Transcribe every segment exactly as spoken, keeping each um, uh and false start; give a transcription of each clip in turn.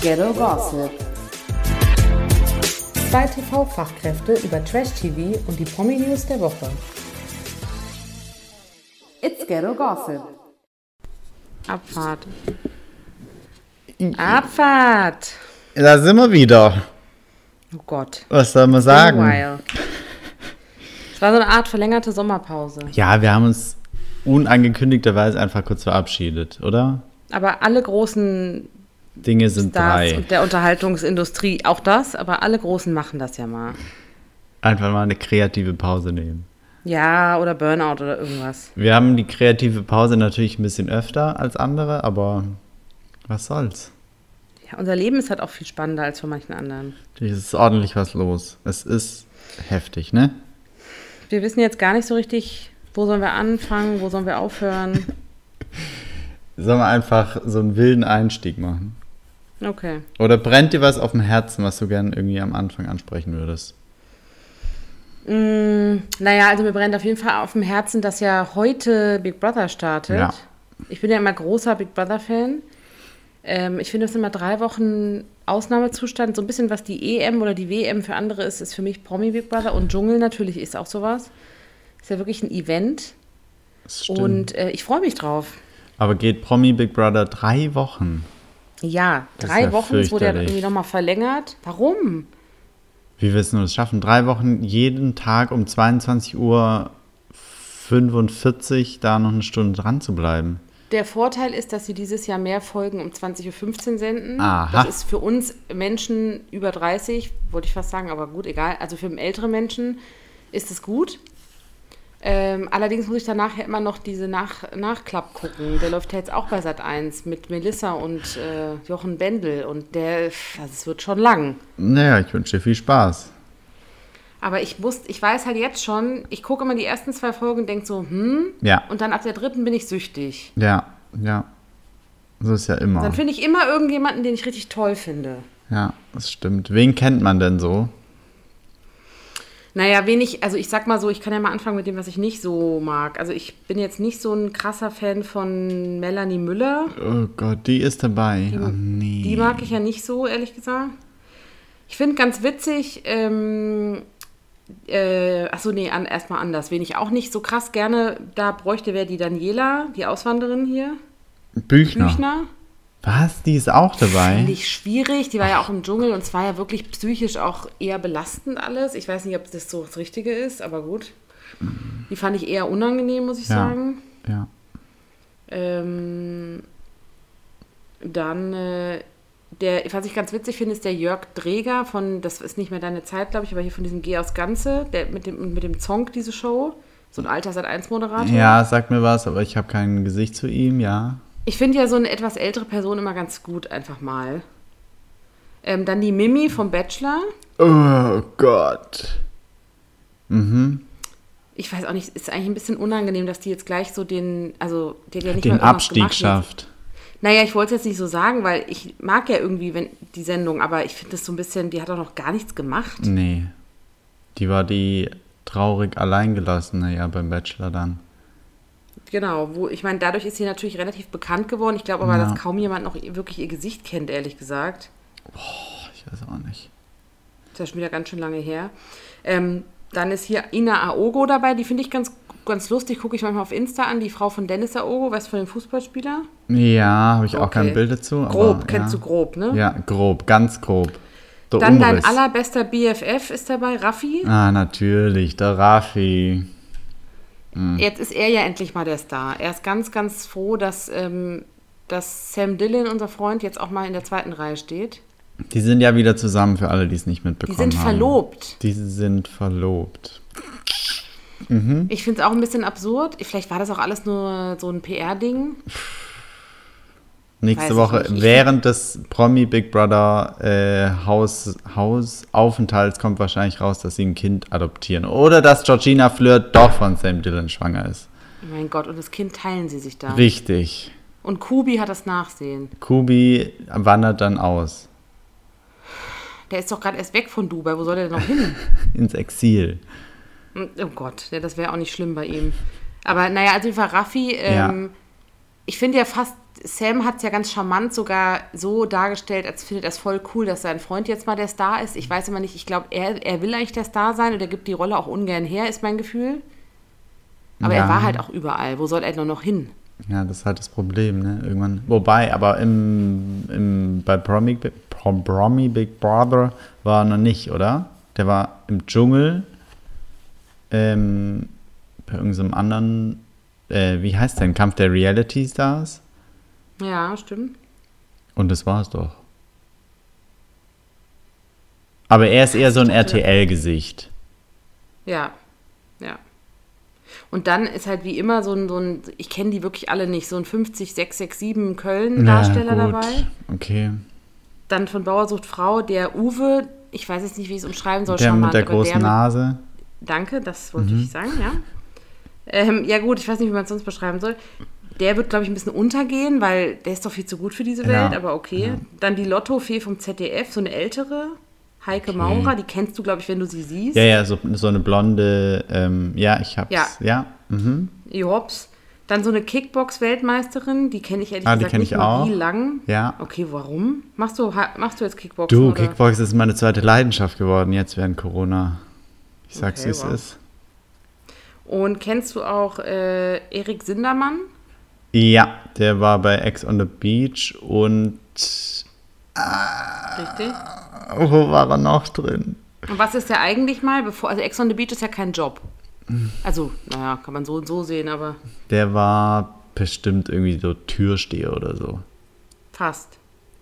Ghetto Gossip. Zwei T V-Fachkräfte über Trash-T V und die Promi-News der Woche. It's Ghetto Gossip. Abfahrt. Abfahrt. Da sind wir wieder. Oh Gott. Was soll man sagen? Es war so eine Art verlängerte Sommerpause. Ja, wir haben uns unangekündigterweise einfach kurz verabschiedet, oder? Aber alle großen Dinge sind Stars drei. und der Unterhaltungsindustrie, auch das, aber alle Großen machen das ja mal. Einfach mal eine kreative Pause nehmen. Ja, oder Burnout oder irgendwas. Wir haben die kreative Pause natürlich ein bisschen öfter als andere, aber was soll's? Ja, unser Leben ist halt auch viel spannender als von manchen anderen. Es ist ordentlich was los. Es ist heftig, ne? Wir wissen jetzt gar nicht so richtig, wo sollen wir anfangen, wo sollen wir aufhören. Sollen wir einfach so einen wilden Einstieg machen? Okay. Oder brennt dir was auf dem Herzen, was du gerne irgendwie am Anfang ansprechen würdest? Mm, naja, also mir brennt auf jeden Fall auf dem Herzen, dass ja heute Big Brother startet. Ja. Ich bin ja immer großer Big Brother-Fan. Ähm, ich finde, das sind immer drei Wochen Ausnahmezustand. So ein bisschen, was die E M oder die W M für andere ist, ist für mich Promi Big Brother. Und Dschungel natürlich ist auch sowas. Ist ja wirklich ein Event. Das stimmt. Und äh, ich freue mich drauf. Aber geht Promi Big Brother drei Wochen? Ja, Das drei ist ja Wochen. Es wurde ja fürchterlich. irgendwie nochmal verlängert. Warum? Wie willst du das schaffen? Drei Wochen jeden Tag um zweiundzwanzig Uhr fünfundvierzig da noch eine Stunde dran zu bleiben. Der Vorteil ist, dass sie dieses Jahr mehr Folgen um zwanzig Uhr fünfzehn senden. Aha. Das ist für uns Menschen über dreißig, wollte ich fast sagen, aber gut, egal. Also für ältere Menschen ist es gut. Ähm, allerdings muss ich danach ja immer noch diese Nach- Nachklapp gucken. Der läuft ja jetzt auch bei Sat eins mit Melissa und äh, Jochen Bendel. Und der, also es wird schon lang. Naja, ich wünsche dir viel Spaß. Aber ich muss, ich weiß halt jetzt schon, ich gucke immer die ersten zwei Folgen und denke so, hm, Ja. und dann ab der dritten bin ich süchtig. Ja, ja. So ist ja immer. Dann finde ich immer irgendjemanden, den ich richtig toll finde. Ja, das stimmt. Wen kennt man denn so? Naja, wenig, also ich sag mal so, ich kann ja mal anfangen mit dem, was ich nicht so mag. Also ich bin jetzt nicht so ein krasser Fan von Melanie Müller. Oh Gott, die ist dabei. Die, oh nee. die mag ich ja nicht so, ehrlich gesagt. Ich finde ganz witzig, ähm, äh, achso, nee, an, erstmal anders. Wen ich auch nicht so krass gerne da bräuchte, wäre die Daniela, die Auswanderin hier. Büchner. Büchner. Was? Die ist auch dabei? Finde ich schwierig. Die war ja auch im Dschungel und es war ja wirklich psychisch auch eher belastend alles. Ich weiß nicht, ob das so das Richtige ist, aber gut. Die fand ich eher unangenehm, muss ich Ja. sagen. Ja. Ähm, dann, äh, der, was ich ganz witzig finde, ist der Jörg Dreger von, das ist nicht mehr deine Zeit, glaube ich, aber hier von diesem Geh aufs Ganze, der mit dem, mit dem Zonk, diese Show. So ein alter Sat eins Moderator. Ja, sag mir was, aber ich habe kein Gesicht zu ihm, ja. Ich finde ja so eine etwas ältere Person immer ganz gut, einfach mal. Ähm, dann die Mimi vom Bachelor. Oh Gott. Mhm. Ich weiß auch nicht, ist eigentlich ein bisschen unangenehm, dass die jetzt gleich so den, also die hat ja nicht Den mal irgendwas Abstieg gemacht schafft. Jetzt. Naja, ich wollte es jetzt nicht so sagen, weil ich mag ja irgendwie wenn, die Sendung, aber ich finde das so ein bisschen, die hat doch noch gar nichts gemacht. Nee. Die war die traurig alleingelassene ja beim Bachelor dann. Genau, wo ich meine, dadurch ist sie natürlich relativ bekannt geworden. Ich glaube aber, Ja. dass kaum jemand noch wirklich ihr Gesicht kennt, ehrlich gesagt. Ich weiß auch nicht. Das ist ja schon wieder ganz schön lange her. Ähm, dann ist hier Ina Aogo dabei, die finde ich ganz, ganz lustig, gucke ich manchmal auf Insta an, die Frau von Dennis Aogo, weißt du, von dem Fußballspieler? Ja, habe ich auch Okay. kein Bild dazu. Grob, aber, kennst ja. du grob, ne? Ja, grob, ganz grob. Der Dann dein Umriss. allerbester B F F ist dabei, Raffi. Ah, natürlich, der Raffi. Jetzt ist er ja endlich mal der Star. Er ist ganz, ganz froh, dass, ähm, dass Sam Dillon, unser Freund, jetzt auch mal in der zweiten Reihe steht. Die sind ja wieder zusammen, für alle, die es nicht Die mitbekommen sind haben. verlobt. Die sind verlobt. Ich finde es auch ein bisschen absurd. Vielleicht war das auch alles nur so ein P R-Ding. Nächste Weiß ich Woche, nicht. Ich während des Promi Big Brother äh, Haus, Hausaufenthalts kommt wahrscheinlich raus, dass sie ein Kind adoptieren. Oder dass Georgina Flirt doch von Sam Dillon schwanger ist. Mein Gott, und das Kind teilen sie sich da. Richtig. Und Kubi hat das Nachsehen. Kubi wandert dann aus. Der ist doch gerade erst weg von Dubai. Wo soll der denn noch hin? Ins Exil. Oh Gott, ja, das wäre auch nicht schlimm bei ihm. Aber naja, also auf jeden Fall Raffi, ähm, ich finde ja fast, Sam hat es ja ganz charmant sogar so dargestellt, als findet er es voll cool, dass sein Freund jetzt mal der Star ist. Ich weiß immer nicht, ich glaube, er, er will eigentlich der Star sein und er gibt die Rolle auch ungern her, ist mein Gefühl. Aber Ja. er war halt auch überall. Wo soll er denn noch hin? Ja, das ist halt das Problem, ne? Irgendwann. Wobei, aber im, im, bei Promi, Promi Big Brother war er noch nicht, oder? Der war im Dschungel, ähm, bei irgendeinem anderen, äh, wie heißt denn, Kampf der Reality Stars? Ja, stimmt. Und das war's doch. Aber er ist eher so ein R T L-Gesicht. Ja, ja. Und dann ist halt wie immer so ein, so ein ich kenne die wirklich alle nicht, so ein fünfzig sechs sechs sieben Köln-Darsteller Ja, gut. dabei. Okay. Dann von Bauer sucht Frau, der Uwe, ich weiß jetzt nicht, wie ich es umschreiben soll. Der charmant, mit der aber großen mit- Nase. Danke, das wollte ich sagen, ja. Ähm, ja gut, ich weiß nicht, wie man es sonst beschreiben soll. Der wird, glaube ich, ein bisschen untergehen, weil der ist doch viel zu gut für diese Ja, Welt, aber okay. ja. Dann die Lottofee vom Z D F, so eine ältere, Heike Maurer, die kennst du, glaube ich, wenn du sie siehst. Ja, ja, so, so eine blonde, ähm, ja, ich hab's. Ja. Ja, mhm. Jops. Dann so eine Kickbox-Weltmeisterin, die kenne ich ehrlich Ah, die gesagt kenn nicht, ich auch. Marie Lang. Ja. Okay, warum? Machst du, ha- machst du jetzt Kickboxen? Du, oder? Kickbox ist meine zweite Leidenschaft geworden, jetzt während Corona. Ich sag's, Okay, wie es wow. ist. Und kennst du auch äh, Erik Sindermann? Ja, der war bei Ex on the Beach und Richtig. wo war er noch drin? Und was ist der eigentlich mal? Bevor, also Ex on the Beach ist ja kein Job. Also, naja, kann man so und so sehen, aber Der war bestimmt irgendwie so Türsteher oder so. fast.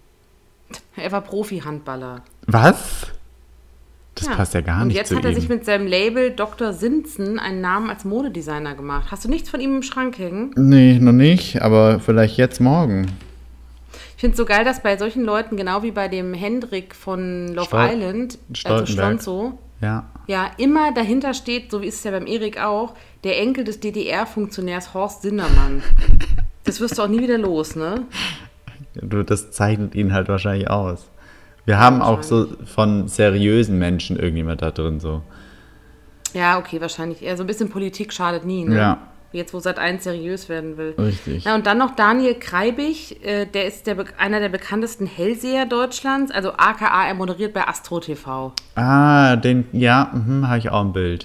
Er war Profi-Handballer. Was? Das Ja. passt ja gar Und nicht jetzt zu hat er ihm. sich mit seinem Label Doktor Sinzen einen Namen als Modedesigner gemacht. Hast du nichts von ihm im Schrank hängen? Nee, noch nicht, aber vielleicht jetzt morgen. Ich finde es so geil, dass bei solchen Leuten, genau wie bei dem Hendrik von Love Stol- Island, also Stoltenberg. Stonzo, Ja. ja, immer dahinter steht, so wie ist es ja beim Erik auch, der Enkel des D D R-Funktionärs Horst Sindermann. Das wirst du auch nie wieder los, ne? Du, das zeichnet ihn halt wahrscheinlich aus. Wir haben auch so von seriösen Menschen irgendjemand da drin so. Ja, okay, wahrscheinlich eher. So ein bisschen Politik schadet nie, ne? Ja. Jetzt, wo Sat eins seriös werden will. Richtig. Ja, und dann noch Daniel Kreibich, äh, der ist der, be- einer der bekanntesten Hellseher Deutschlands, also aka er moderiert bei Astro T V. Ah, den, ja, mhm, habe ich auch ein Bild.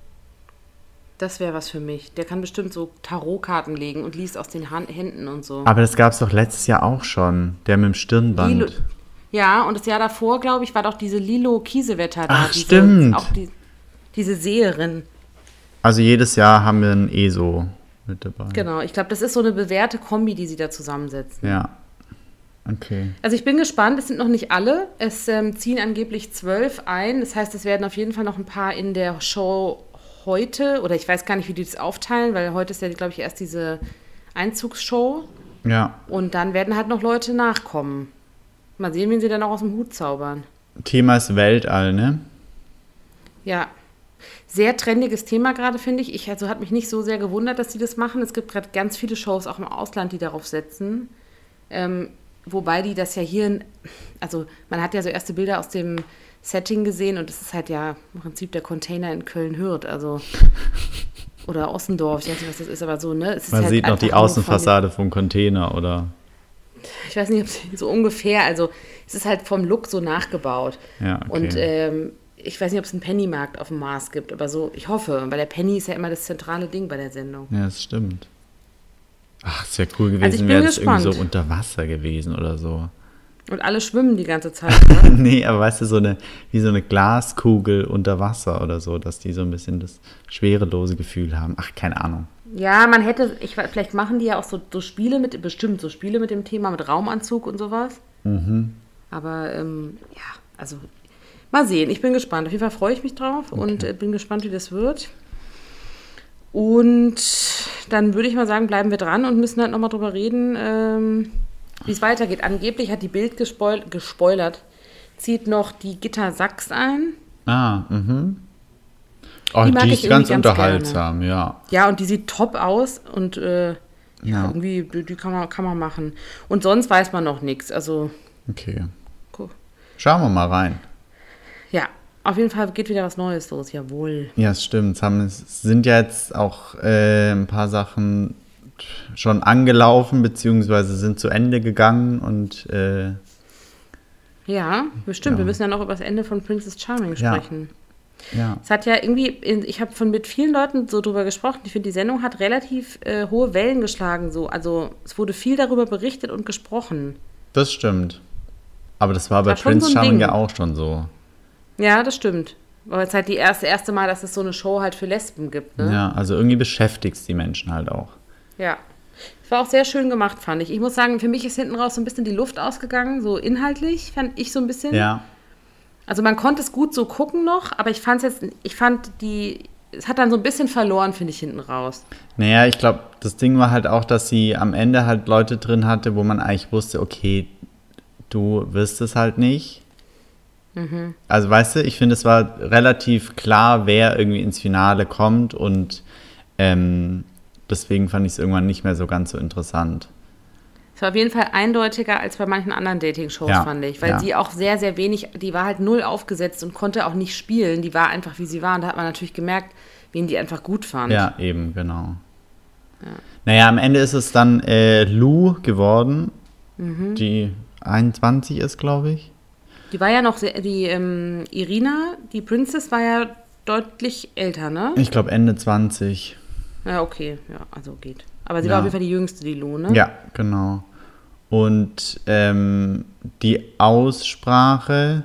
Das wäre was für mich. Der kann bestimmt so Tarotkarten legen und liest aus den Han- Händen und so. Aber das gab es doch letztes Jahr auch schon, der mit dem Stirnband. Lilo, ja, und das Jahr davor, glaube ich, war doch diese Lilo Kiesewetter da. Ach, diese, stimmt. Auch die, diese Seherin. Also jedes Jahr haben wir einen E S O mit dabei. Genau, ich glaube, das ist so eine bewährte Kombi, die sie da zusammensetzen. Ja. Okay. Also ich bin gespannt, es sind noch nicht alle. Es ähm, ziehen angeblich zwölf ein. Das heißt, es werden auf jeden Fall noch ein paar in der Show heute, oder ich weiß gar nicht, wie die das aufteilen, weil heute ist ja, glaube ich, erst diese Einzugsshow. Ja. Und dann werden halt noch Leute nachkommen. Mal sehen, wen sie dann auch aus dem Hut zaubern. Thema ist Weltall, ne? Ja, sehr trendiges Thema gerade, finde ich. Ich also hat mich nicht so sehr gewundert, dass sie das machen. Es gibt gerade ganz viele Shows auch im Ausland, die darauf setzen. Ähm, wobei die das ja hier, also man hat ja so erste Bilder aus dem Setting gesehen und es ist halt ja im Prinzip der Container in Köln-Hürth, also oder Ossendorf, ich weiß nicht, was das ist, aber so, ne? Es ist Man halt sieht noch die einfach nur Außenfassade vom Container, oder? Von, ich weiß nicht, ob sie so ungefähr, also es ist halt vom Look so nachgebaut. Ja, okay. Und ähm, ich weiß nicht, ob es einen Pennymarkt auf dem Mars gibt, aber so, ich hoffe, weil der Penny ist ja immer das zentrale Ding bei der Sendung. Ja, das stimmt. Ach, es wäre cool Also ich gewesen, bin wäre das irgendwie gespannt. so unter Wasser gewesen oder so. Und alle schwimmen die ganze Zeit. Ne? Nee, aber weißt du, so eine, wie so eine Glaskugel unter Wasser oder so, dass die so ein bisschen das schwerelose Gefühl haben. Ach, keine Ahnung. Ja, man hätte, ich, weiß, vielleicht machen die ja auch so, so Spiele mit, bestimmt so Spiele mit dem Thema, mit Raumanzug und sowas. Mhm. Aber ähm, ja, also mal sehen, ich bin gespannt. Auf jeden Fall freue ich mich drauf und äh, bin gespannt, wie das wird. Und dann würde ich mal sagen, bleiben wir dran und müssen halt nochmal drüber reden, ähm, wie es weitergeht. Angeblich hat die Bild gespoil gespoilert, zieht noch die Gitta Sachs ein. Ah, mhm. Oh, Die die, mag ich ist ganz, irgendwie ganz unterhaltsam, ja. Ja, und die sieht top aus und äh, ja, Ja. irgendwie, die, die kann, man, kann man machen. Und sonst weiß man noch nichts. Also, Okay. cool. Schauen wir mal rein. Ja, auf jeden Fall geht wieder was Neues los, jawohl. Ja, es stimmt. Es, haben, es sind ja jetzt auch äh, ein paar Sachen schon angelaufen, beziehungsweise sind zu Ende gegangen und äh, Ja, bestimmt. Ja. Wir müssen ja noch über das Ende von Princess Charming Ja. sprechen. ja. Es hat ja irgendwie, ich habe von mit vielen Leuten so drüber gesprochen, ich finde, die Sendung hat relativ äh, hohe Wellen geschlagen. So. Also es wurde viel darüber berichtet und gesprochen. Das stimmt. Aber das war bei war schon Prince so ein Charming Ding. ja auch schon so. Ja, das stimmt. Aber es ist halt die erste, erste Mal, dass es so eine Show halt für Lesben gibt. Ne? Ja, also irgendwie beschäftigt es die Menschen halt auch. Ja. Es war auch sehr schön gemacht, fand ich. Ich muss sagen, für mich ist hinten raus so ein bisschen die Luft ausgegangen, so inhaltlich, fand ich so ein bisschen. Ja. Also man konnte es gut so gucken noch, aber ich fand es jetzt, ich fand die, es hat dann so ein bisschen verloren, finde ich, hinten raus. Naja, ich glaube, das Ding war halt auch, dass sie am Ende halt Leute drin hatte, wo man eigentlich wusste, okay, du wirst es halt nicht. Mhm. Also weißt du, ich finde, es war relativ klar, wer irgendwie ins Finale kommt und ähm, deswegen fand ich es irgendwann nicht mehr so ganz so interessant. Es war auf jeden Fall eindeutiger als bei manchen anderen Dating-Shows, Ja, fand ich. Weil ja. sie auch sehr, sehr wenig, die war halt null aufgesetzt und konnte auch nicht spielen. Die war einfach, wie sie war. Und da hat man natürlich gemerkt, wen die einfach gut fand. Ja, eben, genau. Naja, am Ende ist es dann äh, Lou geworden, Mhm. die einundzwanzig ist, glaube ich. Die war ja noch, sehr, die ähm, Irina, die Princess, war ja deutlich älter, ne? Ich glaube Ende zwanzig. Ja, okay. Ja, also geht. Aber sie Ja. war auf jeden Fall die jüngste, die Lou, ne? Ja, genau. Und ähm, die Aussprache,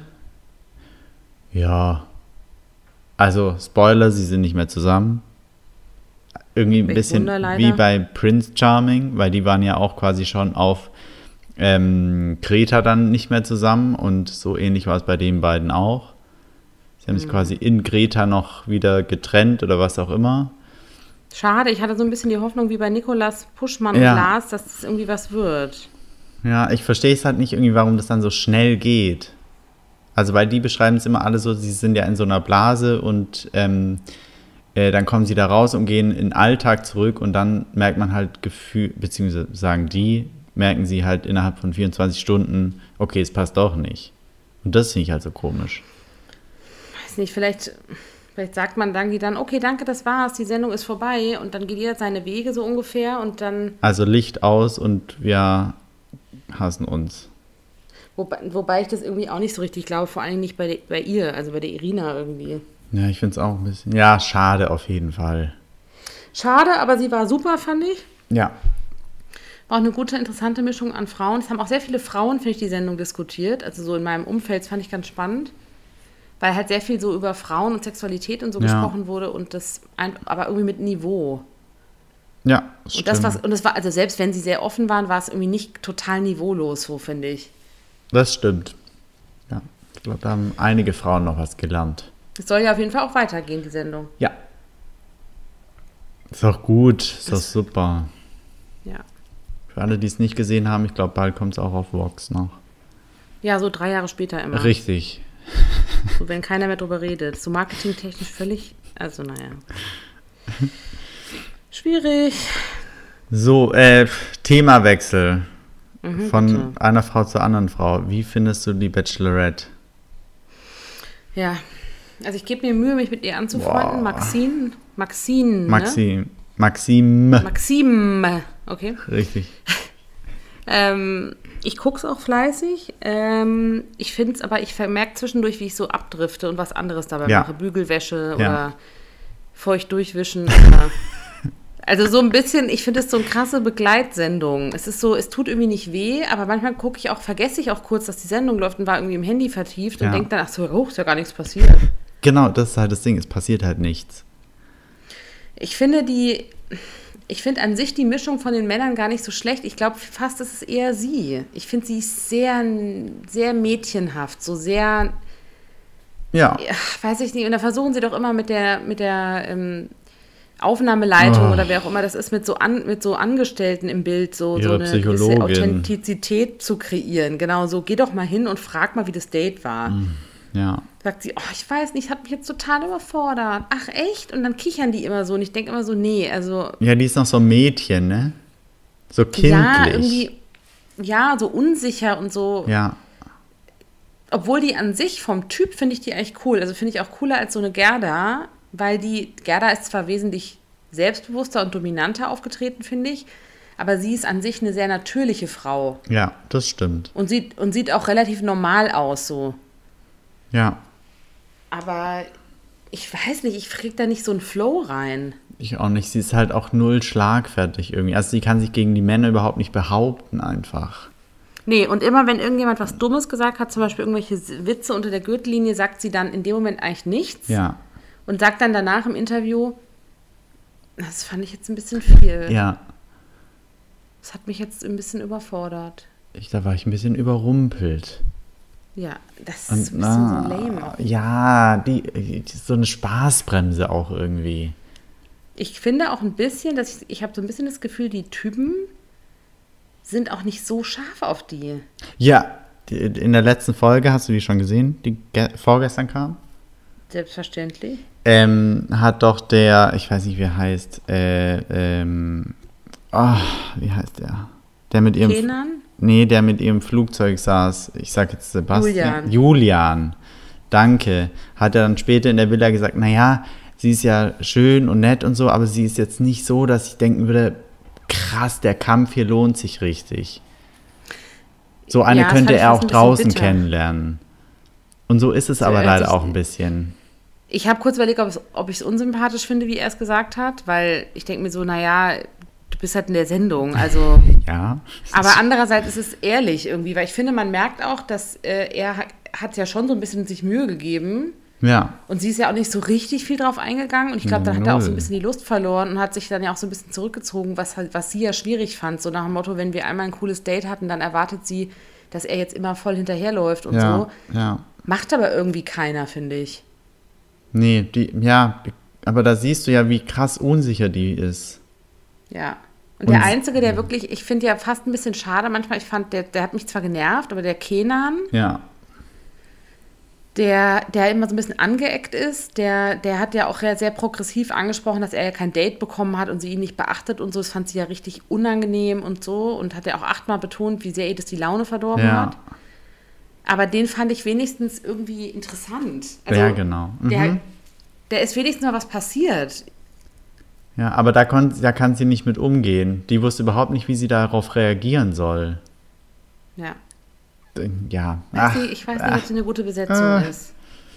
ja, also Spoiler, sie sind nicht mehr zusammen. Irgendwie ein Welch bisschen Wunder, leider. wie bei Prince Charming, weil die waren ja auch quasi schon auf ähm, Kreta dann nicht mehr zusammen und so ähnlich war es bei den beiden auch. Sie haben sich quasi in Kreta noch wieder getrennt oder was auch immer. Schade, ich hatte so ein bisschen die Hoffnung wie bei Nicolas Puschmann Ja. und Lars, dass es irgendwie was wird. Ja, ich verstehe es halt nicht irgendwie, warum das dann so schnell geht. Also, weil die beschreiben es immer alle so, sie sind ja in so einer Blase und ähm, äh, dann kommen sie da raus und gehen in den Alltag zurück und dann merkt man halt Gefühl, beziehungsweise sagen die, merken sie halt innerhalb von vierundzwanzig Stunden, okay, es passt doch nicht. Und das finde ich halt so komisch. Weiß nicht, vielleicht, vielleicht sagt man dann die dann, okay, danke, das war's, die Sendung ist vorbei und dann geht jeder seine Wege so ungefähr und dann, Also Licht aus und wir hassen uns. wobei, wobei ich das irgendwie auch nicht so richtig glaube, vor allem nicht bei, der, bei ihr, also bei der Irina irgendwie. Ja, ich finde es auch ein bisschen, ja, schade auf jeden Fall. Schade, aber sie war super, fand ich. Ja. War auch eine gute, interessante Mischung an Frauen. Es haben auch sehr viele Frauen, finde ich, die Sendung diskutiert. Also so in meinem Umfeld, das fand ich ganz spannend. Weil halt sehr viel so über Frauen und Sexualität und so Ja. gesprochen wurde und das, ein, aber irgendwie mit Niveau. Ja, das Und das, stimmt. was, und das war, also selbst wenn sie sehr offen waren, war es irgendwie nicht total niveaulos, so finde ich. Das stimmt. Ja, ich glaube, da haben einige Frauen noch was gelernt. Es soll ja auf jeden Fall auch weitergehen, die Sendung. Ja. Ist doch gut, ist doch super. Ja. Für alle, die es nicht gesehen haben, ich glaube, bald kommt es auch auf Vox noch. Ja, so drei Jahre später immer. Richtig. So, wenn keiner mehr drüber redet. So marketingtechnisch völlig, also naja. Schwierig. So, äh, Themawechsel. Mhm, Von bitte. einer Frau zur anderen Frau. Wie findest du die Bachelorette? Ja, also ich gebe mir Mühe, mich mit ihr anzufreunden. Wow. Maxine, Maxine, ne? Maxim. Maxime. Maxime, okay. Richtig. Ähm, ich gucke es auch fleißig. Ähm, ich finde es, aber ich vermerke zwischendurch, wie ich so abdrifte und was anderes dabei Ja. mache. Bügelwäsche Ja. oder feucht durchwischen. Oder also so ein bisschen, ich finde es so eine krasse Begleitsendung. Es ist so, es tut irgendwie nicht weh, aber manchmal gucke ich auch, vergesse ich auch kurz, dass die Sendung läuft und war irgendwie im Handy vertieft und Ja. denke dann, ach so, oh, ist ja gar nichts passiert. Genau, das ist halt das Ding. Es passiert halt nichts. Ich finde die, ich finde an sich die Mischung von den Männern gar nicht so schlecht. Ich glaube fast, es ist eher sie. Ich finde sie sehr, sehr mädchenhaft, so sehr, Ja. ja, weiß ich nicht. Und da versuchen sie doch immer mit der, mit der ähm, Aufnahmeleitung Oh. oder wer auch immer das ist, mit so, an, mit so Angestellten im Bild so, so Ihre eine gewisse Psychologin. Authentizität zu kreieren. Genau so, geh doch mal hin und frag mal, wie das Date war. Ja. Sagt sie, oh, ich weiß nicht, ich habe mich jetzt total überfordert. Ach, echt? Und dann kichern die immer so. Und ich denke immer so, nee, also Ja, die ist noch so ein Mädchen, ne? So kindlich. ja, irgendwie, ja, so unsicher und so. Ja. Obwohl die an sich vom Typ finde ich die eigentlich cool. Also finde ich auch cooler als so eine Gerda, weil die, Gerda ist zwar wesentlich selbstbewusster und dominanter aufgetreten, finde ich. Aber sie ist an sich eine sehr natürliche Frau. Ja, das stimmt. Und sieht, und sieht auch relativ normal aus, so. Ja. Aber ich weiß nicht, ich krieg da nicht so einen Flow rein. Ich auch nicht. Sie ist halt auch null schlagfertig irgendwie. Also sie kann sich gegen die Männer überhaupt nicht behaupten einfach. Nee, und immer wenn irgendjemand was Dummes gesagt hat, zum Beispiel irgendwelche Witze unter der Gürtellinie, sagt sie dann in dem Moment eigentlich nichts. Ja. Und sagt dann danach im Interview, das fand ich jetzt ein bisschen viel. Ja. Das hat mich jetzt ein bisschen überfordert. Ich, da war ich ein bisschen überrumpelt. Ja, das Und, ist ein bisschen na, so lame auch. Ja, die, die so eine Spaßbremse auch irgendwie. Ich finde auch ein bisschen, dass ich, ich habe so ein bisschen das Gefühl, die Typen sind auch nicht so scharf auf die. Ja, die, in der letzten Folge, hast du die schon gesehen, die ge- vorgestern kam? Selbstverständlich. Ähm, hat doch der, ich weiß nicht, wie er heißt, äh, ähm, oh, wie heißt der? Der mit ihrem, Kenan? Nee, der mit ihrem Flugzeug saß. Ich sag jetzt Sebastian. Julian. Julian. Danke. Hat er dann später in der Villa gesagt, naja, sie ist ja schön und nett und so, aber sie ist jetzt nicht so, dass ich denken würde, krass, der Kampf hier lohnt sich richtig. So eine Ja, das könnte fand ich er fast auch ein bisschen draußen bitter. kennenlernen. Und so ist es aber er leider sich- auch ein bisschen. Ich habe kurz überlegt, ob, es, ob ich es unsympathisch finde, wie er es gesagt hat, weil ich denke mir so, naja, du bist halt in der Sendung, also... Ja. Aber andererseits ist es ehrlich irgendwie, weil ich finde, man merkt auch, dass äh, er ha- hat ja schon so ein bisschen sich Mühe gegeben Ja. und sie ist ja auch nicht so richtig viel drauf eingegangen und ich glaube, dann hat er auch so ein Null. bisschen die Lust verloren und hat sich dann ja auch so ein bisschen zurückgezogen, was, halt, was sie ja schwierig fand, so nach dem Motto, wenn wir einmal ein cooles Date hatten, dann erwartet sie, dass er jetzt immer voll hinterherläuft und Ja. so. Ja. Macht aber irgendwie keiner, finde ich. Nee, die, ja, aber da siehst du ja, wie krass unsicher die ist. Ja. Und Und- der Einzige, der wirklich, ich finde ja fast ein bisschen schade manchmal, ich fand, der, der hat mich zwar genervt, aber der Kenan, Ja. der, der immer so ein bisschen angeeckt ist, der, der hat ja auch sehr, sehr progressiv angesprochen, dass er ja kein Date bekommen hat und sie ihn nicht beachtet und so. Das fand sie ja richtig unangenehm und so und hat ja auch achtmal betont, wie sehr ihr das die Laune verdorben Ja. hat. Aber den fand ich wenigstens irgendwie interessant. Also Ja, genau. Mhm. Der, der ist wenigstens mal was passiert. Ja, aber da, kon, da kann sie nicht mit umgehen. Die wusste überhaupt nicht, wie sie darauf reagieren soll. Ja. Ja. Weiß Ach, nicht, ich weiß nicht, ob sie eine gute Besetzung Ah. ist.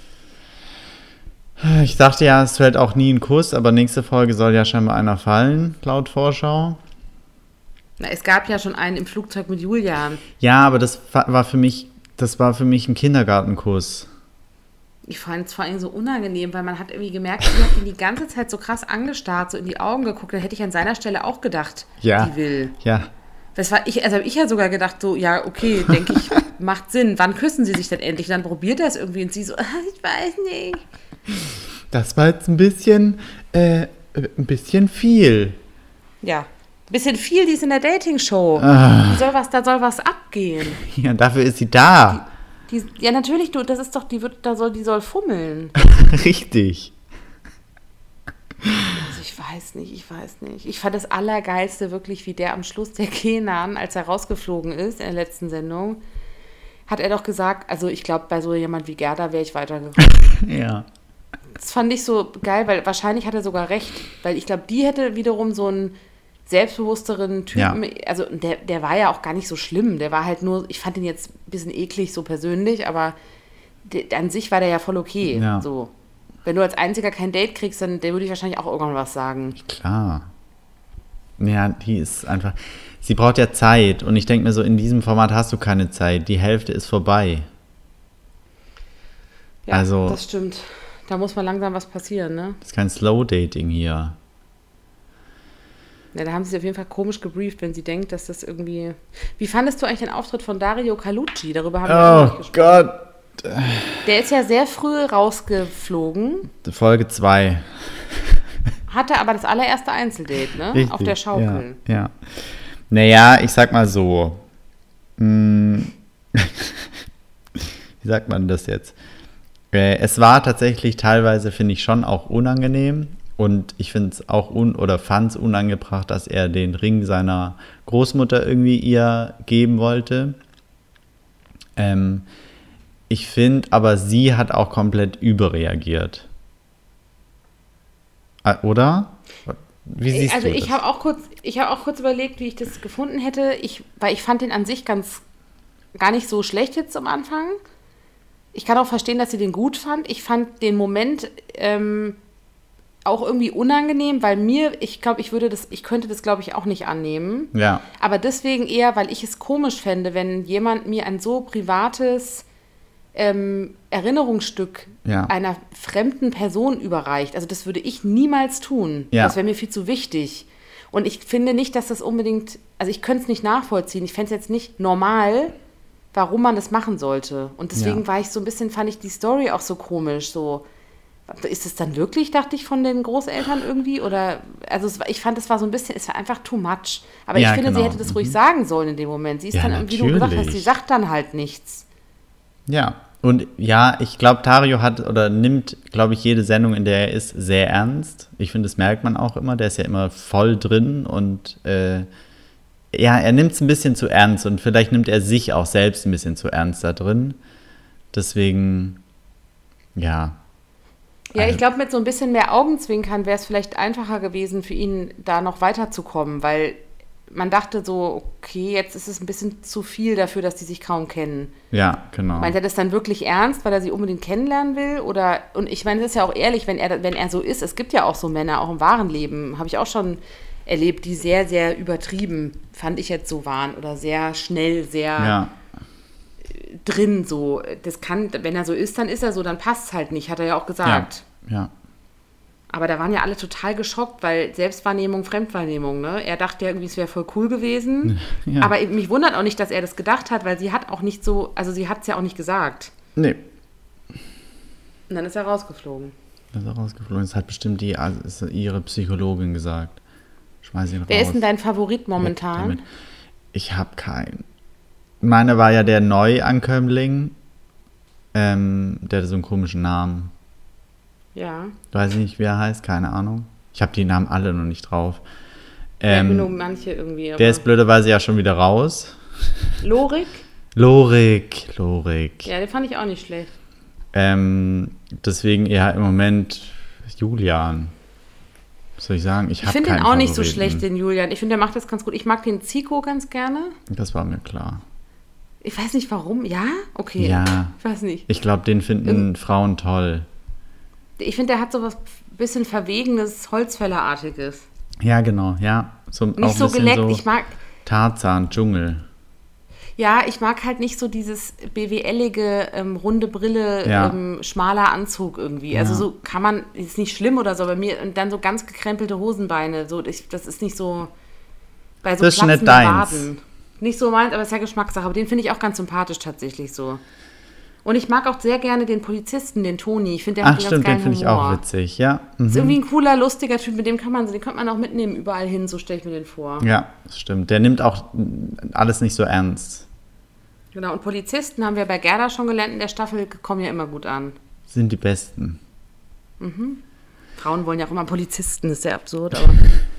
ich dachte ja, es fällt auch nie ein Kuss, aber nächste Folge soll ja scheinbar einer fallen, laut Vorschau. Na, es gab ja schon einen im Flugzeug mit Julian. Ja, aber das fa- war für mich, das war für mich ein Kindergartenkuss. Ich fand es vor allem so unangenehm, weil man hat irgendwie gemerkt, sie hat ihn die ganze Zeit so krass angestarrt, so in die Augen geguckt. Da hätte ich an seiner Stelle auch gedacht, Ja. die will. Ja. Das war ich, also habe ich ja sogar gedacht, so, ja, okay, denke ich, macht Sinn. Wann küssen sie sich denn endlich? Dann probiert er es irgendwie und sie so, ah, ich weiß nicht. Das war jetzt ein bisschen, äh, ein bisschen viel. Ja, bisschen viel, die ist in der Dating-Show. Ah. Die soll was, da soll was abgehen. Ja, dafür ist sie da. Die, ja, natürlich, du, das ist doch, die wird, da soll, die soll fummeln. Richtig. Also ich weiß nicht, ich weiß nicht. Ich fand das Allergeilste wirklich, wie der am Schluss, der Kenan, als er rausgeflogen ist in der letzten Sendung, hat er doch gesagt, also ich glaube, bei so jemand wie Gerda wäre ich weitergekommen. Ja. Das fand ich so geil, weil wahrscheinlich hat er sogar recht, weil ich glaube, die hätte wiederum so einen selbstbewussteren Typen, Ja. also der, der war ja auch gar nicht so schlimm, der war halt nur, ich fand ihn jetzt ein bisschen eklig so persönlich, aber der, an sich war der ja voll okay, Ja. so. Wenn du als Einziger kein Date kriegst, dann der würde ich wahrscheinlich auch irgendwann was sagen. Klar. Ja, die ist einfach. Sie braucht ja Zeit. Und ich denke mir so, in diesem Format hast du keine Zeit. Die Hälfte ist vorbei. Ja, Also- das stimmt. Da muss mal langsam was passieren, ne? Das ist kein Slow-Dating hier. Ja, da haben sie sich auf jeden Fall komisch gebrieft, wenn sie denkt, dass das irgendwie... Wie fandest du eigentlich den Auftritt von Dario Calucci? Darüber haben wir auch noch Oh nicht gesprochen. Gott. Der ist ja sehr früh rausgeflogen, Folge zwei. hatte aber das allererste Einzeldate, ne? Richtig. Auf der Schaukel. Ja, ja. Naja, ich sag mal so. Hm, wie sagt man das jetzt? Äh, es war tatsächlich teilweise, finde ich, schon auch unangenehm. Und ich finde es auch un oder fand es unangebracht, dass er den Ring seiner Großmutter irgendwie ihr geben wollte. Ähm, ich finde, aber sie hat auch komplett überreagiert. Äh, Oder? Wie siehst also du ich das? habe auch kurz, ich habe auch kurz überlegt, wie ich das gefunden hätte. Ich, weil ich fand den an sich ganz gar nicht so schlecht jetzt am Anfang. Ich kann auch verstehen, dass sie den gut fand. Ich fand den Moment ähm, auch irgendwie unangenehm, weil mir, ich glaube, ich würde das, ich könnte das, glaube ich, auch nicht annehmen. Ja. Aber deswegen eher, weil ich es komisch fände, wenn jemand mir ein so privates ähm, Erinnerungsstück Ja. einer fremden Person überreicht. Also das würde ich niemals tun. Ja. Das wäre mir viel zu wichtig. Und ich finde nicht, dass das unbedingt, also ich könnte es nicht nachvollziehen. Ich fände es jetzt nicht normal, warum man das machen sollte. Und deswegen Ja. war ich so ein bisschen, fand ich die Story auch so komisch. So, ist es dann wirklich, dachte ich, von den Großeltern irgendwie? Oder, also es war, ich fand, es war so ein bisschen, es war einfach too much. Aber Ja, ich finde, genau. sie hätte das ruhig Mhm. sagen sollen in dem Moment. Sie ist Ja, dann, wie du gesagt hast, natürlich. sie sagt dann halt nichts. Ja, und ja, ich glaube, Dario hat oder nimmt, glaube ich, jede Sendung, in der er ist, sehr ernst. Ich finde, das merkt man auch immer. Der ist ja immer voll drin und äh, ja, er nimmt es ein bisschen zu ernst und vielleicht nimmt er sich auch selbst ein bisschen zu ernst da drin. Deswegen, ja. Ja, Also- ich glaube, mit so ein bisschen mehr Augenzwinkern wäre es vielleicht einfacher gewesen, für ihn da noch weiterzukommen, weil man dachte so, okay, jetzt ist es ein bisschen zu viel dafür, dass die sich kaum kennen. Ja, genau. Meint er das dann wirklich ernst, weil er sie unbedingt kennenlernen will? Oder, und ich meine, das ist ja auch ehrlich, wenn er, wenn er so ist, es gibt ja auch so Männer, auch im wahren Leben, habe ich auch schon erlebt, die sehr, sehr übertrieben, fand ich jetzt so waren, oder sehr schnell, sehr Ja, drin so. Das kann, wenn er so ist, dann ist er so, dann passt es halt nicht, hat er ja auch gesagt. ja. Aber da waren ja alle total geschockt, weil Selbstwahrnehmung, Fremdwahrnehmung, ne? Er dachte ja irgendwie, es wäre voll cool gewesen. Ja. Aber mich wundert auch nicht, dass er das gedacht hat, weil sie hat auch nicht so, also sie hat es ja auch nicht gesagt. Nee, Und dann ist er rausgeflogen. das ist auch rausgeflogen. Das hat bestimmt die, also ist ihre Psychologin gesagt. Schmeiß ihn raus. Wer ist denn dein Favorit Weg momentan? damit. Ich habe keinen. Meine war ja der Neuankömmling. Ähm, der hatte so einen komischen Namen. Ja. Weiß ich nicht, wie er heißt, keine Ahnung. Ich habe die Namen alle noch nicht drauf. Ähm, Ähm, nur manche irgendwie. Aber der ist blöderweise ja schon wieder raus. Lorik? Lorik, Lorik. Ja, den fand ich auch nicht schlecht. Ähm, deswegen eher im Moment Julian. Was soll ich sagen? Ich, Ich hab finde den keinen auch nicht so Favoriten. schlecht, den Julian. Ich finde, der macht das ganz gut. Ich mag den Zico ganz gerne. Das war mir klar. Ich weiß nicht warum. Ja? Okay. Ja. Ich weiß nicht. Ich glaube, den finden Frauen toll. Ich finde, der hat so was bisschen Verwegenes, Holzfällerartiges. Ja, genau, ja. So, auch Nicht ein so bisschen geleckt. so Ich mag, Tarzan, Dschungel. ja, ich mag halt nicht so dieses B W L-ige, ähm, runde Brille, Ja. ähm, schmaler Anzug irgendwie. Also Ja. so kann man, ist nicht schlimm oder so, bei mir, und dann so ganz gekrempelte Hosenbeine. So, ich, das ist nicht so, bei so Das ist nicht platzenden deins. Waden. Nicht so meins, aber es ist ja Geschmackssache. Aber den finde ich auch ganz sympathisch tatsächlich so. Und ich mag auch sehr gerne den Polizisten, den Toni. Ich finde, der Ach, hat einen stimmt, den ganz geilen finde ich Humor. auch witzig, ja. Mhm. Ist irgendwie ein cooler, lustiger Typ, mit dem kann man, den könnte man auch mitnehmen überall hin, so stelle ich mir den vor. Ja, das stimmt. Der nimmt auch alles nicht so ernst. Genau, und Polizisten haben wir bei Gerda schon gelernt in der Staffel, kommen ja immer gut an. Sind die Besten. Frauen wollen ja auch immer Polizisten, ist sehr absurd, aber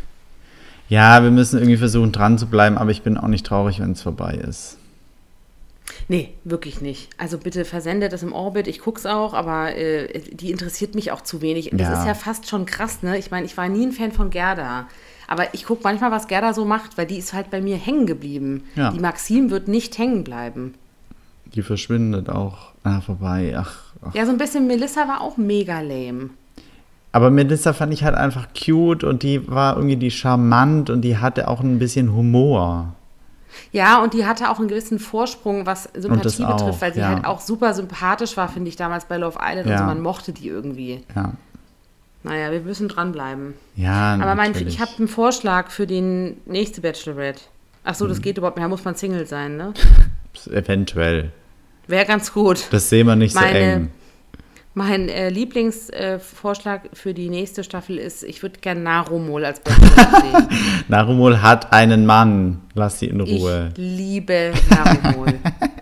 Ja, wir müssen irgendwie versuchen, dran zu bleiben, aber ich bin auch nicht traurig, wenn es vorbei ist. nee, wirklich nicht. Also bitte versendet das im Orbit, ich guck's auch, aber äh, die interessiert mich auch zu wenig. Das Ja. ist ja fast schon krass, ne? Ich meine, ich war nie ein Fan von Gerda, aber ich gucke manchmal, was Gerda so macht, weil die ist halt bei mir hängen geblieben. Ja. Die Maxim wird nicht hängen bleiben. Die verschwindet auch. Ah, vorbei. Ach, ach. Ja, so ein bisschen Melissa war auch mega lame. Aber Melissa fand ich halt einfach cute und die war irgendwie die charmant und die hatte auch ein bisschen Humor. Ja, und die hatte auch einen gewissen Vorsprung, was Sympathie das auch, betrifft, weil sie ja. halt auch super sympathisch war, finde ich, damals bei Love Island. Ja. Und so, man mochte die irgendwie. Ja. Naja, wir müssen dranbleiben. Ja, Aber mein, natürlich. ich habe einen Vorschlag für die nächste Bachelorette. Ach so, das Hm. geht überhaupt nicht, da muss man Single sein, ne? Eventuell. Wäre ganz gut. Das sehen wir nicht so Meine- eng. Mein äh, Lieblingsvorschlag für die nächste Staffel ist, ich würde gerne Narumol als Bachelorette sehen. Narumol hat einen Mann. Lass sie in Ruhe. Ich liebe Narumol.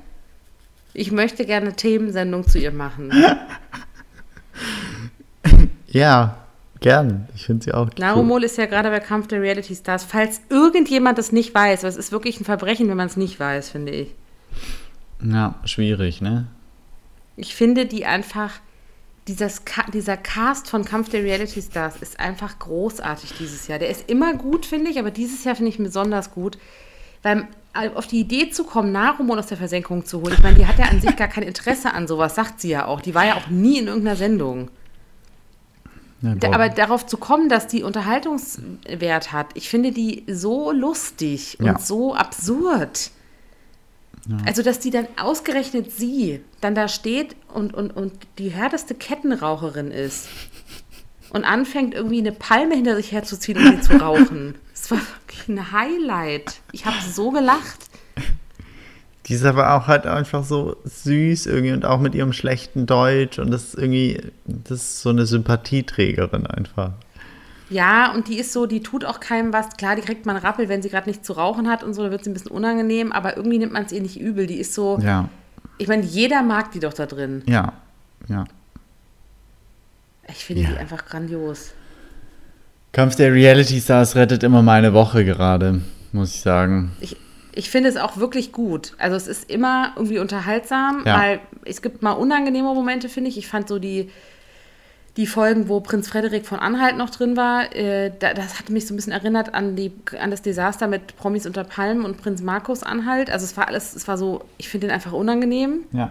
Ich möchte gerne eine Themensendung zu ihr machen. Ja, gern. Ich finde sie auch cute. Narumol ist ja gerade bei Kampf der Reality Stars. Falls irgendjemand das nicht weiß, weil es ist wirklich ein Verbrechen, wenn man es nicht weiß, finde ich. Ja, schwierig, ne? Ich finde die einfach, dieses, dieser Cast von Kampf der Reality Stars ist einfach großartig dieses Jahr. Der ist immer gut, finde ich, aber dieses Jahr finde ich ihn besonders gut. Weil auf die Idee zu kommen, Narumon aus der Versenkung zu holen, ich meine, die hat ja an sich gar kein Interesse an sowas, sagt sie ja auch. Die war ja auch nie in irgendeiner Sendung. Ja, da, aber darauf zu kommen, dass die Unterhaltungswert hat, ich finde die so lustig und ja. so absurd. Ja. Also, dass die dann ausgerechnet sie dann da steht und, und, und die härteste Kettenraucherin ist und anfängt irgendwie eine Palme hinter sich herzuziehen, um sie zu rauchen. Das war wirklich ein Highlight. Ich habe so gelacht. Die ist aber auch halt einfach so süß irgendwie und auch mit ihrem schlechten Deutsch und das ist irgendwie, das ist so eine Sympathieträgerin einfach. Ja, und die ist so, die tut auch keinem was. Klar, die kriegt man einen Rappel, wenn sie gerade nichts zu rauchen hat und so, da wird sie ein bisschen unangenehm, aber irgendwie nimmt man es ihr nicht übel. Die ist so, ja. Ich meine, jeder mag die doch da drin. Ja, ja. Ich finde ja. die einfach grandios. Kampf der Reality Stars rettet immer meine Woche gerade, muss ich sagen. Ich, ich finde es auch wirklich gut. Also es ist immer irgendwie unterhaltsam, ja. weil es gibt mal unangenehme Momente, finde ich. Ich fand so die, die Folgen, wo Prinz Frederik von Anhalt noch drin war, äh, da, das hat mich so ein bisschen erinnert an, die, an das Desaster mit Promis unter Palmen und Prinz Markus Anhalt. Also es war alles, es war so, ich finde den einfach unangenehm. Ja.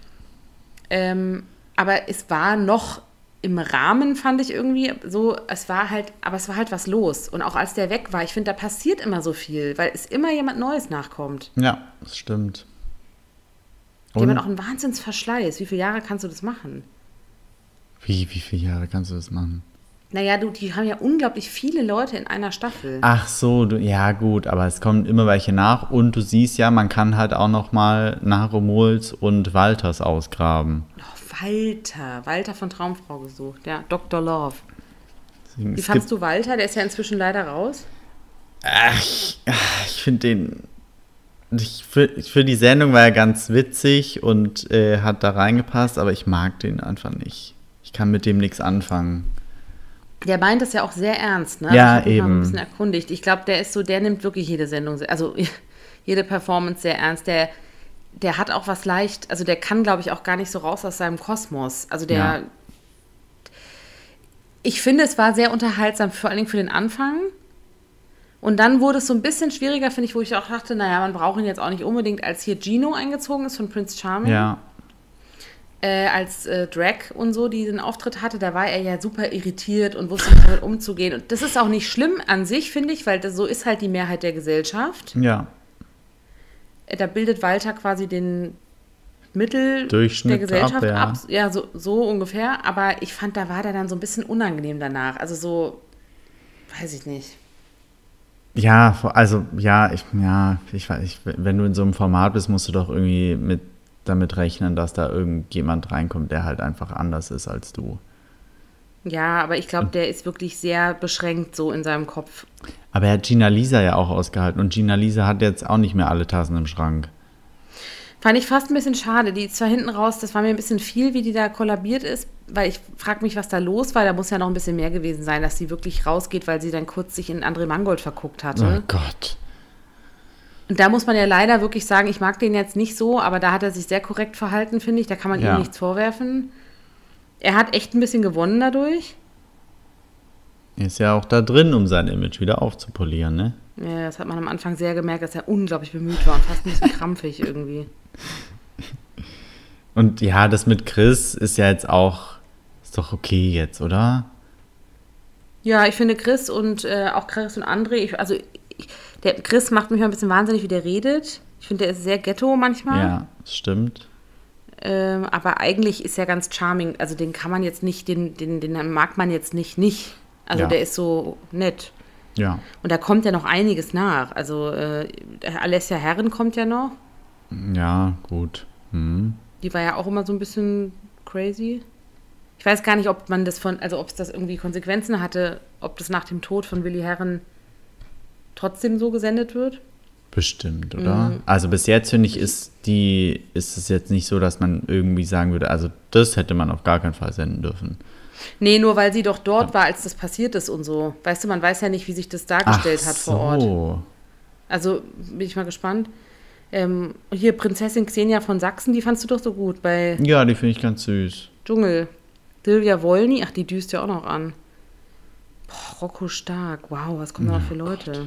Ähm, aber es war noch im Rahmen, fand ich irgendwie so, es war halt, aber es war halt was los. Und auch als der weg war, ich finde, da passiert immer so viel, weil es immer jemand Neues nachkommt. Ja, das stimmt. Und jemand auch ein Wahnsinnsverschleiß. Wie viele Jahre kannst du das machen? Wie, wie viele Jahre kannst du das machen? Naja, du, die haben ja unglaublich viele Leute in einer Staffel. Ach so, du, ja gut, aber es kommen immer welche nach und du siehst ja, man kann halt auch noch mal Narumols und Walters ausgraben. Oh, Walter, Walter von Traumfrau gesucht, ja, Doktor Love. Deswegen, Wie fandst du Walter? Der ist ja inzwischen leider raus. Ach, ich, ich finde den, ich für, für die Sendung war er ganz witzig und äh, hat da reingepasst, aber ich mag den einfach nicht. Ich kann mit dem nichts anfangen. Der meint das ja auch sehr ernst, ne? Ja, ich habe mich eben. mal ein bisschen erkundigt. Ich glaube, der ist so, der nimmt wirklich jede Sendung, also jede Performance sehr ernst. Der, der hat auch was leicht, also der kann, glaube ich, auch gar nicht so raus aus seinem Kosmos. Also der, ja. Ich finde, es war sehr unterhaltsam, vor allen Dingen für den Anfang. Und dann wurde es so ein bisschen schwieriger, finde ich, wo ich auch dachte, naja, man braucht ihn jetzt auch nicht unbedingt, als hier Gino eingezogen ist von Prince Charming. Ja. Äh, als äh, Drag und so diesen Auftritt hatte, da war er ja super irritiert und wusste nicht damit umzugehen. Und das ist auch nicht schlimm an sich, finde ich, weil das, so ist halt die Mehrheit der Gesellschaft. Ja. Äh, da bildet Walter quasi den Mittel Durchschnitt der Gesellschaft ab. Ja, ab. Ja, so, so ungefähr. Aber ich fand, da war der dann so ein bisschen unangenehm danach. Also so, weiß ich nicht. Ja, also ja, ich, ja, ich weiß nicht, wenn du in so einem Format bist, musst du doch irgendwie mit damit rechnen, dass da irgendjemand reinkommt, der halt einfach anders ist als du. Ja, aber ich glaube, der ist wirklich sehr beschränkt so in seinem Kopf. Aber er hat Gina Lisa ja auch ausgehalten und Gina Lisa hat jetzt auch nicht mehr alle Tassen im Schrank. Fand ich fast ein bisschen schade. Die ist zwar hinten raus, das war mir ein bisschen viel, wie die da kollabiert ist, weil ich frage mich, was da los war. Da muss ja noch ein bisschen mehr gewesen sein, dass sie wirklich rausgeht, weil sie dann kurz sich in André Mangold verguckt hatte. Oh Gott. Und da muss man ja leider wirklich sagen, ich mag den jetzt nicht so, aber da hat er sich sehr korrekt verhalten, finde ich. Da kann man ja. ihm nichts vorwerfen. Er hat echt ein bisschen gewonnen dadurch. Er ist ja auch da drin, um sein Image wieder aufzupolieren, ne? Ja, das hat man am Anfang sehr gemerkt, dass er unglaublich bemüht war und fast ein bisschen krampfig irgendwie. Und ja, das mit Chris ist ja jetzt auch, ist doch okay jetzt, oder? Ja, ich finde Chris und äh, auch Chris und André, ich, also ich, der Chris macht mich mal ein bisschen wahnsinnig, wie der redet. Ich finde, der ist sehr ghetto manchmal. Ja, das stimmt. Ähm, aber eigentlich ist er ganz charming. Also den kann man jetzt nicht, den, den, den mag man jetzt nicht nicht. Also ja. der ist so nett. Ja. Und da kommt ja noch einiges nach. Also äh, Alessia Herren kommt ja noch. Ja, gut. Hm. Die war ja auch immer so ein bisschen crazy. Ich weiß gar nicht, ob man das von, also ob es das irgendwie Konsequenzen hatte, ob das nach dem Tod von Willi Herren trotzdem so gesendet wird. Bestimmt, oder? Mhm. Also bis jetzt, finde ich, ist die, ist es jetzt nicht so, dass man irgendwie sagen würde, also das hätte man auf gar keinen Fall senden dürfen. Nee, nur weil sie doch dort ja. war, als das passiert ist und so. Weißt du, man weiß ja nicht, wie sich das dargestellt Ach hat vor Ort. so. Also bin ich mal gespannt. Ähm, hier Prinzessin Xenia von Sachsen, die fandst du doch so gut bei Ja, die finde ich ganz süß. Dschungel. Silvia Wolny, ach, die düst ja auch noch an. Boah, Rocco Stark, wow, was kommen da noch für Leute? Gott.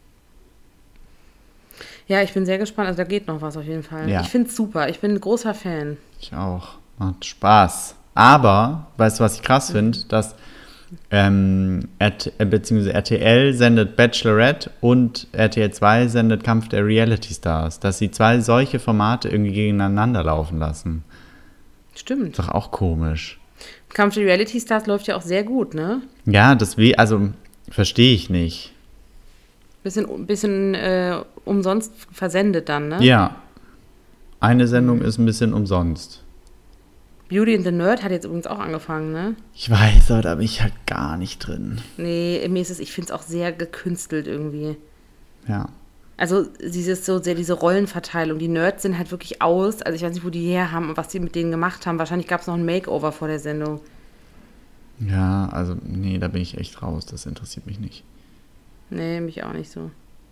Ja, ich bin sehr gespannt, also da geht noch was auf jeden Fall. Ja. Ich finde es super, ich bin ein großer Fan. Ich auch, macht Spaß. Aber, weißt du, was ich krass finde, dass ähm, R T, äh, beziehungsweise R T L sendet Bachelorette und R T L zwei sendet Kampf der Reality Stars, dass sie zwei solche Formate irgendwie gegeneinander laufen lassen. Stimmt. Ist doch auch komisch. Kampf der Reality Stars läuft ja auch sehr gut, ne? Ja, das we- also verstehe ich nicht. Bisschen, bisschen äh, umsonst versendet dann, ne? Ja. Eine Sendung mhm. ist ein bisschen umsonst. Beauty and the Nerd hat jetzt übrigens auch angefangen, ne? Ich weiß, aber da bin ich halt gar nicht drin. Nee, mir ist es, ich finde es auch sehr gekünstelt irgendwie. Ja. Also dieses so sehr diese Rollenverteilung. Die Nerds sind halt wirklich aus. Also ich weiß nicht, wo die her haben und was die mit denen gemacht haben. Wahrscheinlich gab es noch ein Makeover vor der Sendung. Ja, also nee, da bin ich echt raus. Das interessiert mich nicht. Nee, mich auch nicht so.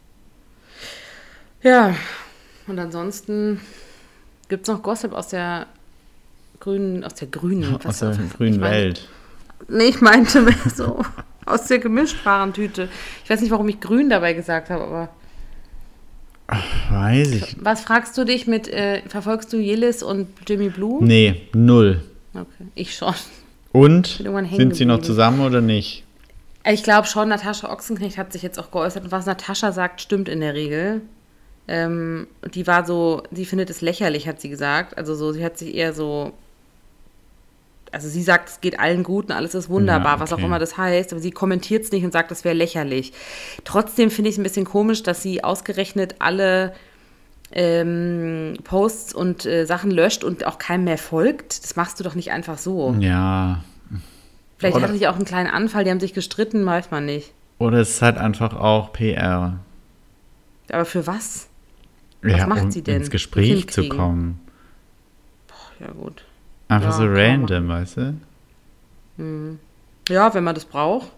Ja, und ansonsten gibt es noch Gossip aus der grünen, aus der grünen, aus der grünen ich Welt. Mein, nee, ich meinte mehr so aus der Gemischtwarentüte. Ich weiß nicht, warum ich grün dabei gesagt habe, aber Ach, weiß ich. Was fragst du dich mit, äh, verfolgst du Yildiz und Jimmy Blue? Nee, null. Okay, ich schon. Und? Sind sie noch zusammen oder nicht? Ich glaube schon, Natascha Ochsenknecht hat sich jetzt auch geäußert. Und was Natascha sagt, stimmt in der Regel. Ähm, die war so, sie findet es lächerlich, hat sie gesagt. Also so, sie hat sich eher so, also sie sagt, es geht allen gut und alles ist wunderbar, ja, okay. Was auch immer das heißt. Aber sie kommentiert es nicht und sagt, das wäre lächerlich. Trotzdem finde ich es ein bisschen komisch, dass sie ausgerechnet alle ähm, Posts und äh, Sachen löscht und auch keinem mehr folgt. Das machst du doch nicht einfach so. Ja. Vielleicht oder hatte sie auch einen kleinen Anfall, die haben sich gestritten, weiß man nicht. Oder es ist halt einfach auch P R. Aber für was? Was ja, macht um sie denn? ins Gespräch zu kommen. Boah, ja gut. Einfach ja, so random, weißt du? Hm. Ja, wenn man das braucht.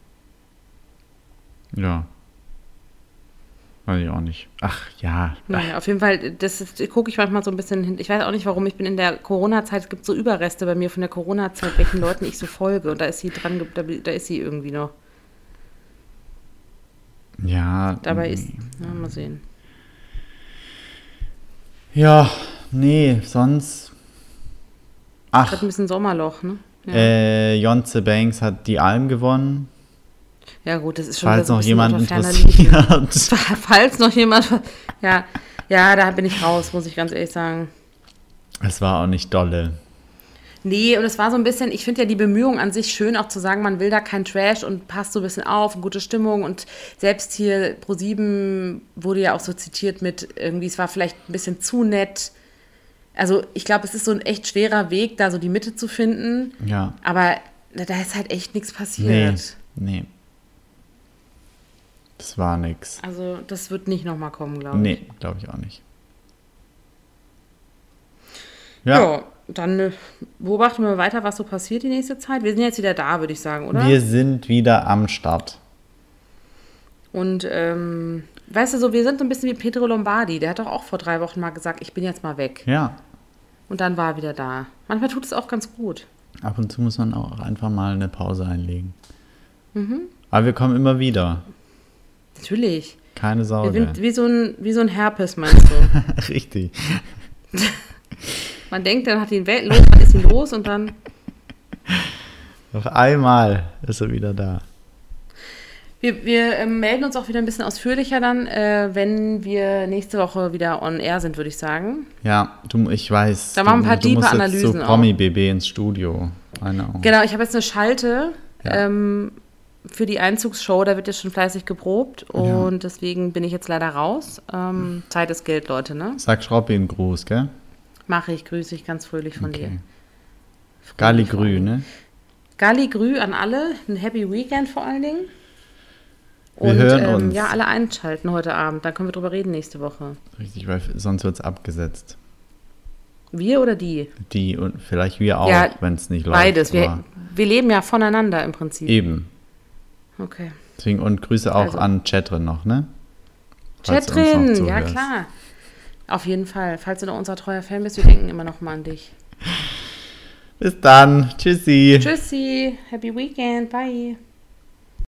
Ja. Weiß ich auch nicht. Ach, ja. Naja, auf jeden Fall, das gucke ich manchmal so ein bisschen hin. Ich weiß auch nicht, warum. Ich bin in der Corona-Zeit, es gibt so Überreste bei mir von der Corona-Zeit, welchen Leuten ich so folge. Und da ist sie dran, da, da ist sie irgendwie noch. Ja. Dabei nee. ist, ja, mal sehen. Ja, nee, sonst. Ach. Hat ein bisschen Sommerloch, ne? Ja. Äh, Jonze Banks hat die Alm gewonnen. Ja gut, das ist schon Falls so noch jemand interessiert. Falls noch jemand, ja, ja, da bin ich raus, muss ich ganz ehrlich sagen. Es war auch nicht dolle. Nee, und es war so ein bisschen, ich finde ja die Bemühung an sich schön, auch zu sagen, man will da kein Trash und passt so ein bisschen auf und gute Stimmung und selbst hier ProSieben wurde ja auch so zitiert mit irgendwie, es war vielleicht ein bisschen zu nett. Also ich glaube, es ist so ein echt schwerer Weg, da so die Mitte zu finden. Ja. Aber da ist halt echt nichts passiert. Nee, nee. Das war nix. Also das wird nicht nochmal kommen, glaube ich. Nee, glaube ich auch nicht. Ja. ja, dann äh, beobachten wir weiter, was so passiert die nächste Zeit. Wir sind jetzt wieder da, würde ich sagen, oder? Wir sind wieder am Start. Und, ähm, weißt du, so, wir sind so ein bisschen wie Pietro Lombardi. Der hat doch auch vor drei Wochen mal gesagt, ich bin jetzt mal weg. Ja. Und dann war er wieder da. Manchmal tut es auch ganz gut. Ab und zu muss man auch einfach mal eine Pause einlegen. Mhm. Aber wir kommen immer wieder. Natürlich. Keine Sorge. Wir sind wie so ein, wie so ein Herpes, meinst du? Richtig. Man denkt, dann hat ihn los, dann ist ihn los und dann... Noch einmal ist er wieder da. Wir, wir äh, melden uns auch wieder ein bisschen ausführlicher dann, äh, wenn wir nächste Woche wieder on air sind, würde ich sagen. Ja, du, ich weiß. Da machen wir ein paar du, du tiefe musst Analysen jetzt so Promi-B B ins Studio. Genau, ich habe jetzt eine Schalte ja. ähm, für die Einzugsshow, da wird jetzt schon fleißig geprobt und ja. deswegen bin ich jetzt leider raus. Ähm, Zeit ist Geld, Leute, ne? Sag Schroppi einen Gruß, gell? Mache ich, grüße ich ganz fröhlich von okay. dir. Galli Grü, ne? Galli Grü an alle, ein Happy Weekend vor allen Dingen. Wir und hören ähm, uns. ja, alle einschalten heute Abend, dann können wir drüber reden nächste Woche. Richtig, weil sonst wird es abgesetzt. Wir oder die? Die und vielleicht wir auch, ja, wenn es nicht läuft. Beides, wir, wir leben ja voneinander im Prinzip. Eben. Okay. Deswegen und Grüße auch also. an Chatrin noch, ne? Chatrin, ja klar. Auf jeden Fall. Falls du noch unser treuer Fan bist, wir denken immer noch mal an dich. Bis dann. Tschüssi. Tschüssi. Happy Weekend. Bye.